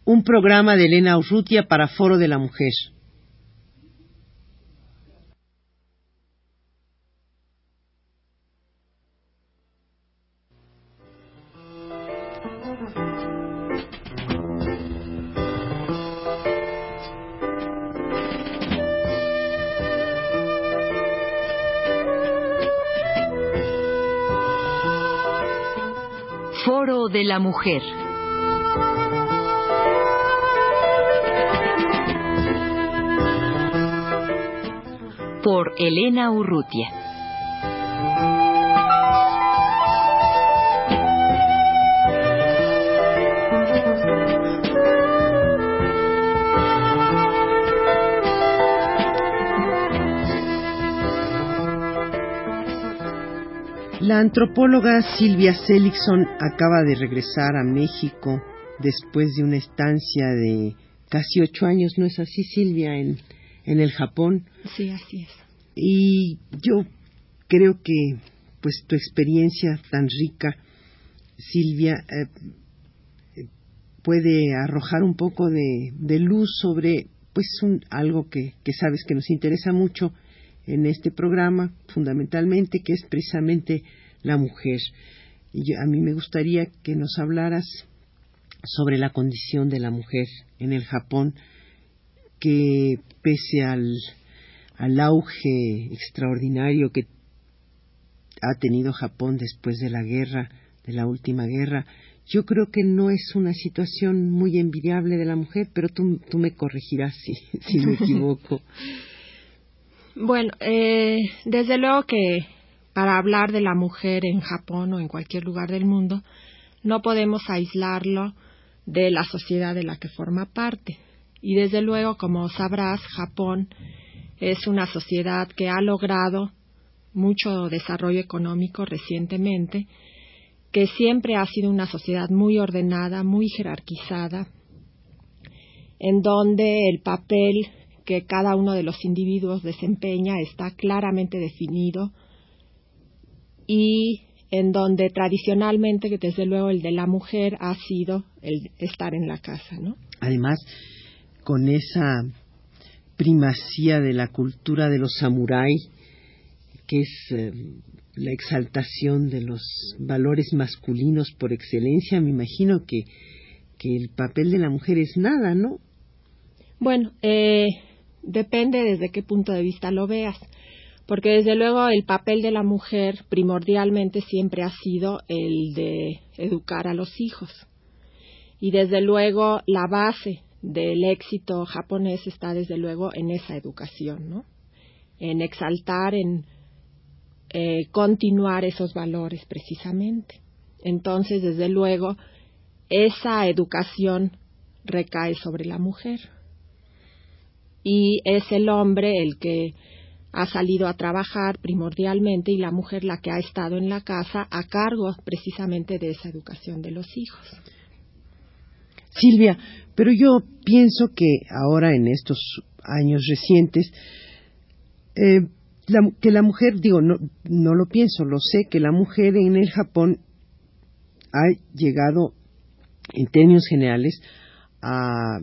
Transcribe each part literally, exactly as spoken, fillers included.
un programa de Elena Urrutia para Foro de la Mujer. Foro de la Mujer. Por Elena Urrutia. La antropóloga Silvia Seligson acaba de regresar a México después de una estancia de casi ocho años, ¿no es así, Silvia, en, en el Japón? Sí, así es. Y yo creo que, pues, tu experiencia tan rica, Silvia, eh, puede arrojar un poco de, de luz sobre, pues, un, algo que, que sabes que nos interesa mucho en este programa, fundamentalmente, que es precisamente la mujer. Y yo, a mí me gustaría que nos hablaras sobre la condición de la mujer en el Japón, que pese al, al auge extraordinario que ha tenido Japón después de la guerra, de la última guerra, yo creo que no es una situación muy envidiable de la mujer, pero tú, tú me corregirás si, si me equivoco. Bueno, eh, desde luego que para hablar de la mujer en Japón o en cualquier lugar del mundo, no podemos aislarlo de la sociedad de la que forma parte. Y desde luego, como sabrás, Japón es una sociedad que ha logrado mucho desarrollo económico recientemente, que siempre ha sido una sociedad muy ordenada, muy jerarquizada, en donde el papel que cada uno de los individuos desempeña está claramente definido y en donde tradicionalmente, desde luego, el de la mujer ha sido el estar en la casa, ¿no? Además, con esa primacía de la cultura de los samurái, que es eh, la exaltación de los valores masculinos por excelencia, me imagino que, que el papel de la mujer es nada, ¿no? Bueno, eh... depende desde qué punto de vista lo veas, porque desde luego el papel de la mujer primordialmente siempre ha sido el de educar a los hijos. Y desde luego la base del éxito japonés está desde luego en esa educación, ¿no? En exaltar, en eh, continuar esos valores precisamente. Entonces, desde luego, esa educación recae sobre la mujer. Y es el hombre el que ha salido a trabajar primordialmente y la mujer la que ha estado en la casa a cargo precisamente de esa educación de los hijos. Silvia, pero yo pienso que ahora en estos años recientes, eh, la, que la mujer, digo, no, no lo pienso, lo sé, que la mujer en el Japón ha llegado, en términos generales, a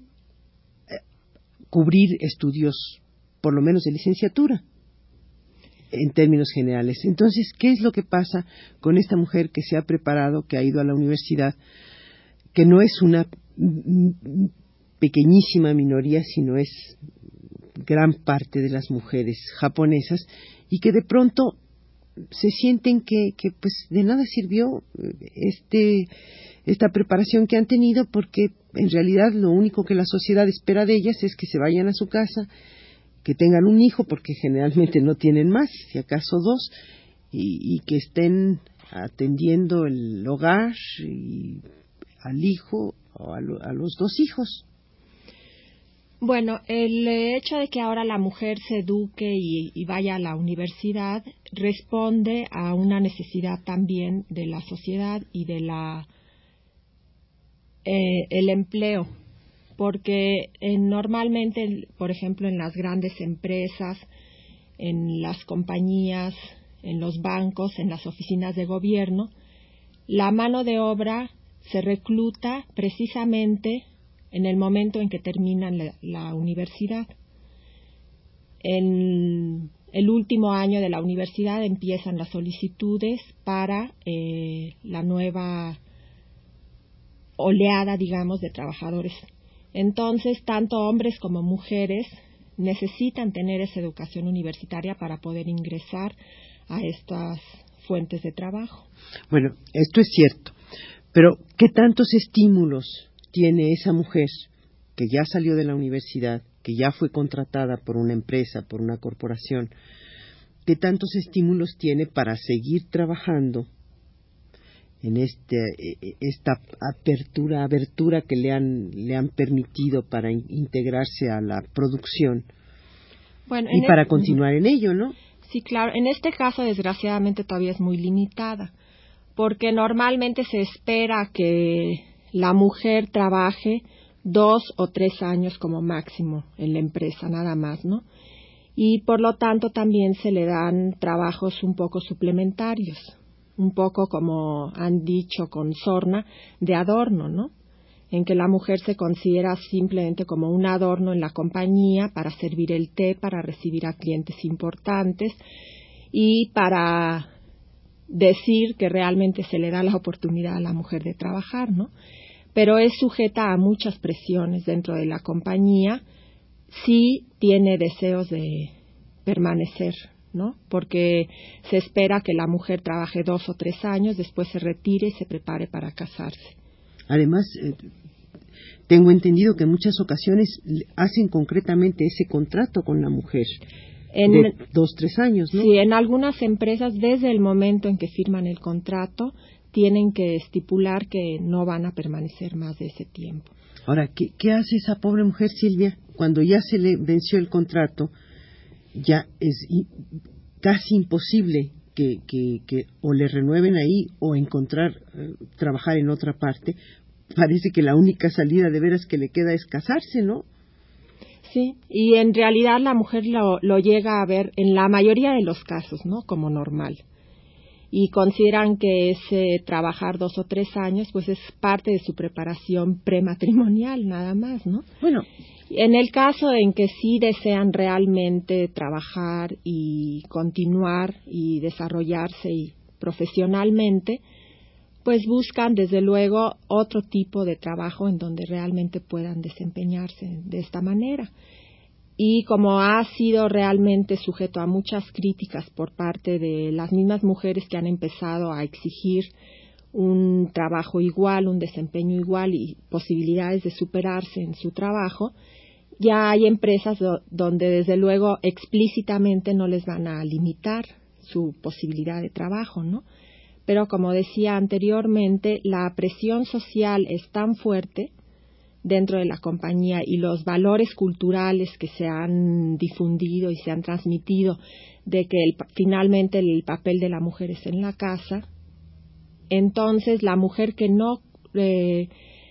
cubrir estudios, por lo menos de licenciatura, en términos generales. Entonces, ¿qué es lo que pasa con esta mujer que se ha preparado, que ha ido a la universidad, que no es una pequeñísima minoría, sino es gran parte de las mujeres japonesas, y que de pronto se sienten que, que pues de nada sirvió este esta preparación que han tenido, porque en realidad lo único que la sociedad espera de ellas es que se vayan a su casa, que tengan un hijo, porque generalmente no tienen más, si acaso dos, y, y que estén atendiendo el hogar y al hijo o a, lo, a los dos hijos. Bueno, el hecho de que ahora la mujer se eduque y, y vaya a la universidad responde a una necesidad también de la sociedad y de la eh, el empleo, porque eh, normalmente, por ejemplo, en las grandes empresas, en las compañías, en los bancos, en las oficinas de gobierno, la mano de obra se recluta precisamente en el momento en que terminan la, la universidad. En el último año de la universidad empiezan las solicitudes para eh, la nueva oleada, digamos, de trabajadores. Entonces, tanto hombres como mujeres necesitan tener esa educación universitaria para poder ingresar a estas fuentes de trabajo. Bueno, esto es cierto, pero ¿qué tantos estímulos tiene esa mujer que ya salió de la universidad, que ya fue contratada por una empresa, por una corporación? ¿Qué tantos estímulos tiene para seguir trabajando en este, esta apertura, abertura que le han, le han permitido para integrarse a la producción bueno, y para el... continuar en ello, ¿no? Sí, claro. En este caso, desgraciadamente, todavía es muy limitada, porque normalmente se espera que la mujer trabaje dos o tres años como máximo en la empresa, nada más, ¿no? Y por lo tanto también se le dan trabajos un poco suplementarios, un poco como han dicho con sorna, de adorno, ¿no? En que la mujer se considera simplemente como un adorno en la compañía para servir el té, para recibir a clientes importantes y para decir que realmente se le da la oportunidad a la mujer de trabajar, ¿no? Pero es sujeta a muchas presiones dentro de la compañía si tiene deseos de permanecer, ¿no? Porque se espera que la mujer trabaje dos o tres años, después se retire y se prepare para casarse. Además, eh, tengo entendido que en muchas ocasiones hacen concretamente ese contrato con la mujer en, de dos, tres años, ¿no? Sí, en algunas empresas, desde el momento en que firman el contrato, tienen que estipular que no van a permanecer más de ese tiempo. Ahora, ¿qué, qué hace esa pobre mujer, Silvia, cuando ya se le venció el contrato? Ya es i, casi imposible que, que, que o le renueven ahí o encontrar, eh, trabajar en otra parte. Parece que la única salida de veras que le queda es casarse, ¿no? Sí, y en realidad la mujer lo, lo llega a ver en la mayoría de los casos, ¿no? Como normal. Y consideran que ese trabajar dos o tres años, pues es parte de su preparación prematrimonial, nada más, ¿no? Bueno, en el caso en que sí desean realmente trabajar y continuar y desarrollarse y profesionalmente, pues buscan desde luego otro tipo de trabajo en donde realmente puedan desempeñarse de esta manera. Y como ha sido realmente sujeto a muchas críticas por parte de las mismas mujeres que han empezado a exigir un trabajo igual, un desempeño igual y posibilidades de superarse en su trabajo, ya hay empresas do- donde desde luego explícitamente no les van a limitar su posibilidad de trabajo, ¿no? Pero como decía anteriormente, la presión social es tan fuerte dentro de la compañía y los valores culturales que se han difundido y se han transmitido de que el, finalmente el papel de la mujer es en la casa, entonces la mujer que no eh,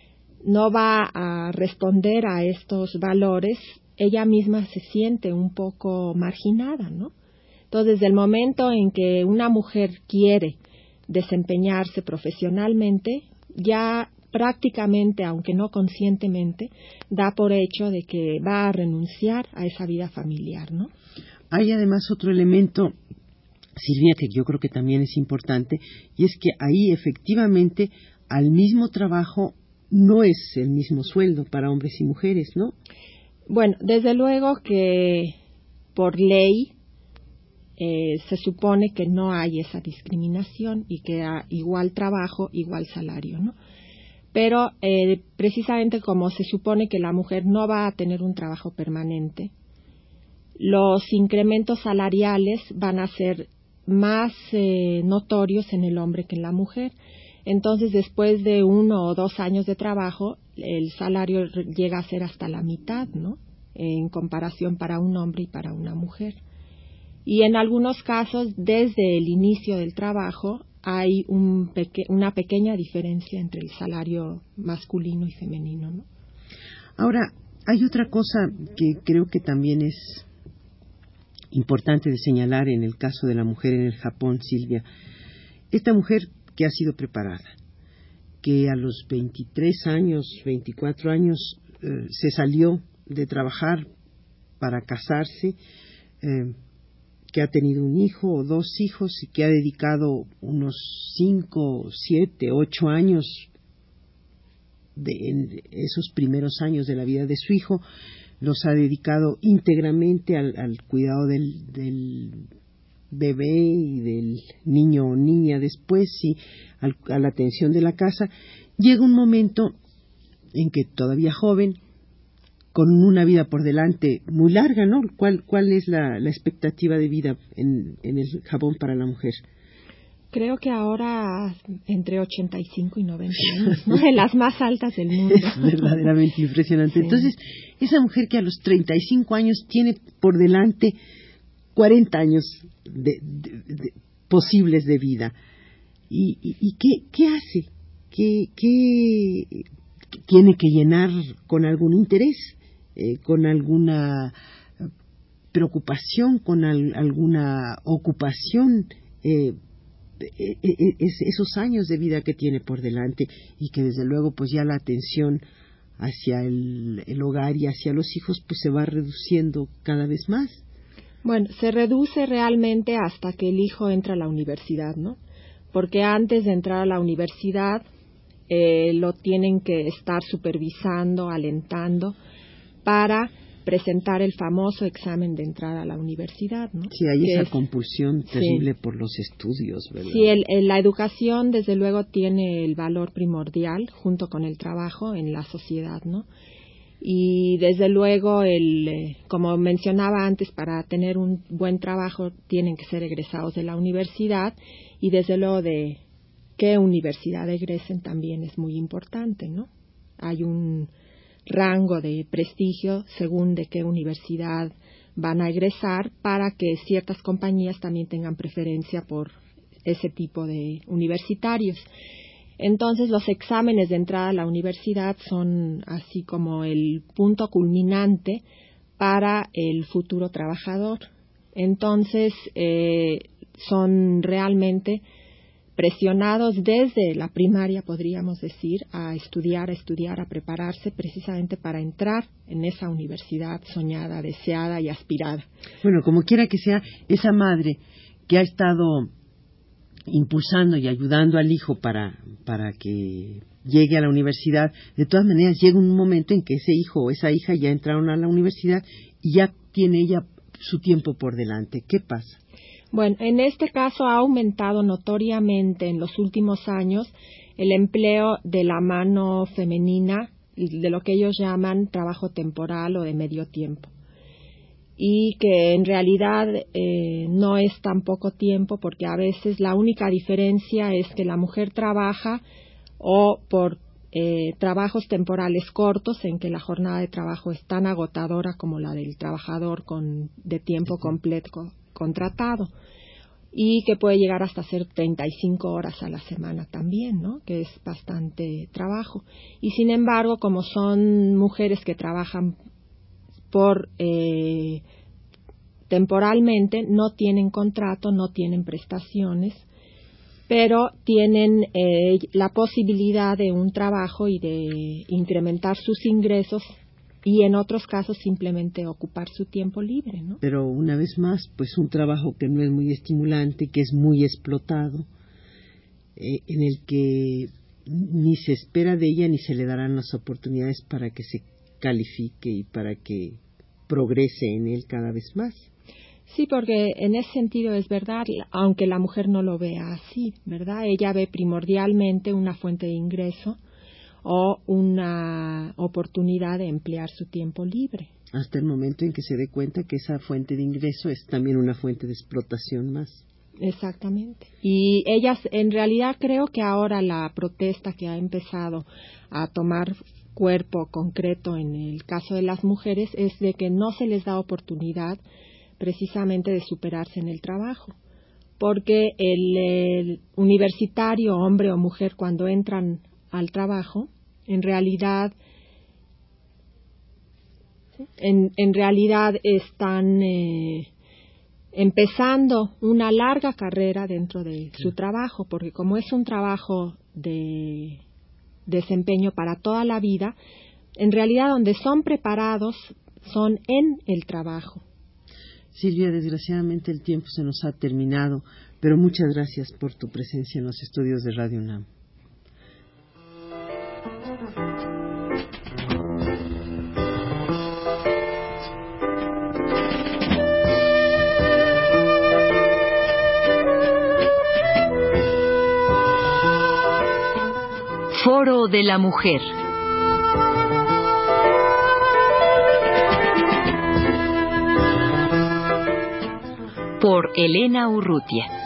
no va a responder a estos valores, ella misma se siente un poco marginada, ¿no? Entonces, desde el momento en que una mujer quiere desempeñarse profesionalmente, ya prácticamente, aunque no conscientemente, da por hecho de que va a renunciar a esa vida familiar, ¿no? Hay además otro elemento, Silvia, que yo creo que también es importante, y es que ahí efectivamente al mismo trabajo no es el mismo sueldo para hombres y mujeres, ¿no? Bueno, desde luego que por ley eh, se supone que no hay esa discriminación y que a igual trabajo, igual salario, ¿no? Pero eh, precisamente como se supone que la mujer no va a tener un trabajo permanente, los incrementos salariales van a ser más eh, notorios en el hombre que en la mujer. Entonces, después de uno o dos años de trabajo, el salario llega a ser hasta la mitad, ¿no? En comparación para un hombre y para una mujer. Y en algunos casos, desde el inicio del trabajo, hay un peque- una pequeña diferencia entre el salario masculino y femenino, ¿no? Ahora, hay otra cosa que creo que también es importante de señalar en el caso de la mujer en el Japón, Silvia. Esta mujer que ha sido preparada, que a los veintitrés años, veinticuatro años eh, se salió de trabajar para casarse, eh, que ha tenido un hijo o dos hijos y que ha dedicado unos cinco, siete, ocho años de en esos primeros años de la vida de su hijo, los ha dedicado íntegramente al, al cuidado del, del bebé y del niño o niña después y al, a la atención de la casa. Llega un momento en que todavía joven, con una vida por delante muy larga, ¿no? ¿Cuál, cuál es la, la expectativa de vida en, en el Japón para la mujer? Creo que ahora entre ochenta y cinco y noventa años, ¿no? De las más altas del mundo. Es verdaderamente impresionante. Sí. Entonces, esa mujer que a los treinta y cinco años tiene por delante cuarenta años de, de, de, posibles de vida. ¿Y, y, y qué, qué hace? ¿Qué, qué tiene que llenar con algún interés? Eh, con alguna preocupación, con al, alguna ocupación, eh, es, esos años de vida que tiene por delante y que desde luego pues ya la atención hacia el, el hogar y hacia los hijos pues se va reduciendo cada vez más. Bueno, se reduce realmente hasta que el hijo entra a la universidad, ¿no? Porque antes de entrar a la universidad eh, lo tienen que estar supervisando, alentando para presentar el famoso examen de entrada a la universidad, ¿no? Sí, hay que esa es, compulsión terrible sí. por los estudios, ¿verdad? Sí, el, el, la educación desde luego tiene el valor primordial junto con el trabajo en la sociedad, ¿no? Y desde luego, el, eh, como mencionaba antes, para tener un buen trabajo tienen que ser egresados de la universidad y desde luego de qué universidad egresen también es muy importante, ¿no? Hay un rango de prestigio según de qué universidad van a egresar para que ciertas compañías también tengan preferencia por ese tipo de universitarios. Entonces, los exámenes de entrada a la universidad son así como el punto culminante para el futuro trabajador. Entonces, eh, son realmente presionados desde la primaria, podríamos decir, a estudiar, a estudiar, a prepararse precisamente para entrar en esa universidad soñada, deseada y aspirada. Bueno, como quiera que sea, esa madre que ha estado impulsando y ayudando al hijo para, para que llegue a la universidad, de todas maneras llega un momento en que ese hijo o esa hija ya entraron a la universidad y ya tiene ella su tiempo por delante. ¿Qué pasa? Bueno, en este caso ha aumentado notoriamente en los últimos años el empleo de la mano femenina, de lo que ellos llaman trabajo temporal o de medio tiempo. Y que en realidad eh, no es tan poco tiempo, porque a veces la única diferencia es que la mujer trabaja o por eh, trabajos temporales cortos en que la jornada de trabajo es tan agotadora como la del trabajador con de tiempo completo contratado, y que puede llegar hasta ser treinta y cinco horas a la semana también, ¿no? Que es bastante trabajo. Y sin embargo, como son mujeres que trabajan por eh, temporalmente, no tienen contrato, no tienen prestaciones, pero tienen eh, la posibilidad de un trabajo y de incrementar sus ingresos y en otros casos simplemente ocupar su tiempo libre, ¿no? Pero una vez más, pues un trabajo que no es muy estimulante, que es muy explotado, eh, en el que ni se espera de ella ni se le darán las oportunidades para que se califique y para que progrese en él cada vez más. Sí, porque en ese sentido es verdad, aunque la mujer no lo vea así, ¿verdad? Ella ve primordialmente una fuente de ingreso o una oportunidad de emplear su tiempo libre. Hasta el momento en que se dé cuenta que esa fuente de ingreso es también una fuente de explotación más. Exactamente. Y ellas, en realidad creo que ahora la protesta que ha empezado a tomar cuerpo concreto en el caso de las mujeres es de que no se les da oportunidad precisamente de superarse en el trabajo, porque el, el universitario, hombre o mujer, cuando entran al trabajo, en realidad en, en realidad están eh, empezando una larga carrera dentro de su trabajo, porque como es un trabajo de desempeño para toda la vida, en realidad donde son preparados son en el trabajo. Silvia, desgraciadamente el tiempo se nos ha terminado, pero muchas gracias por tu presencia en los estudios de Radio UNAM. Foro de la Mujer. Por Elena Urrutia.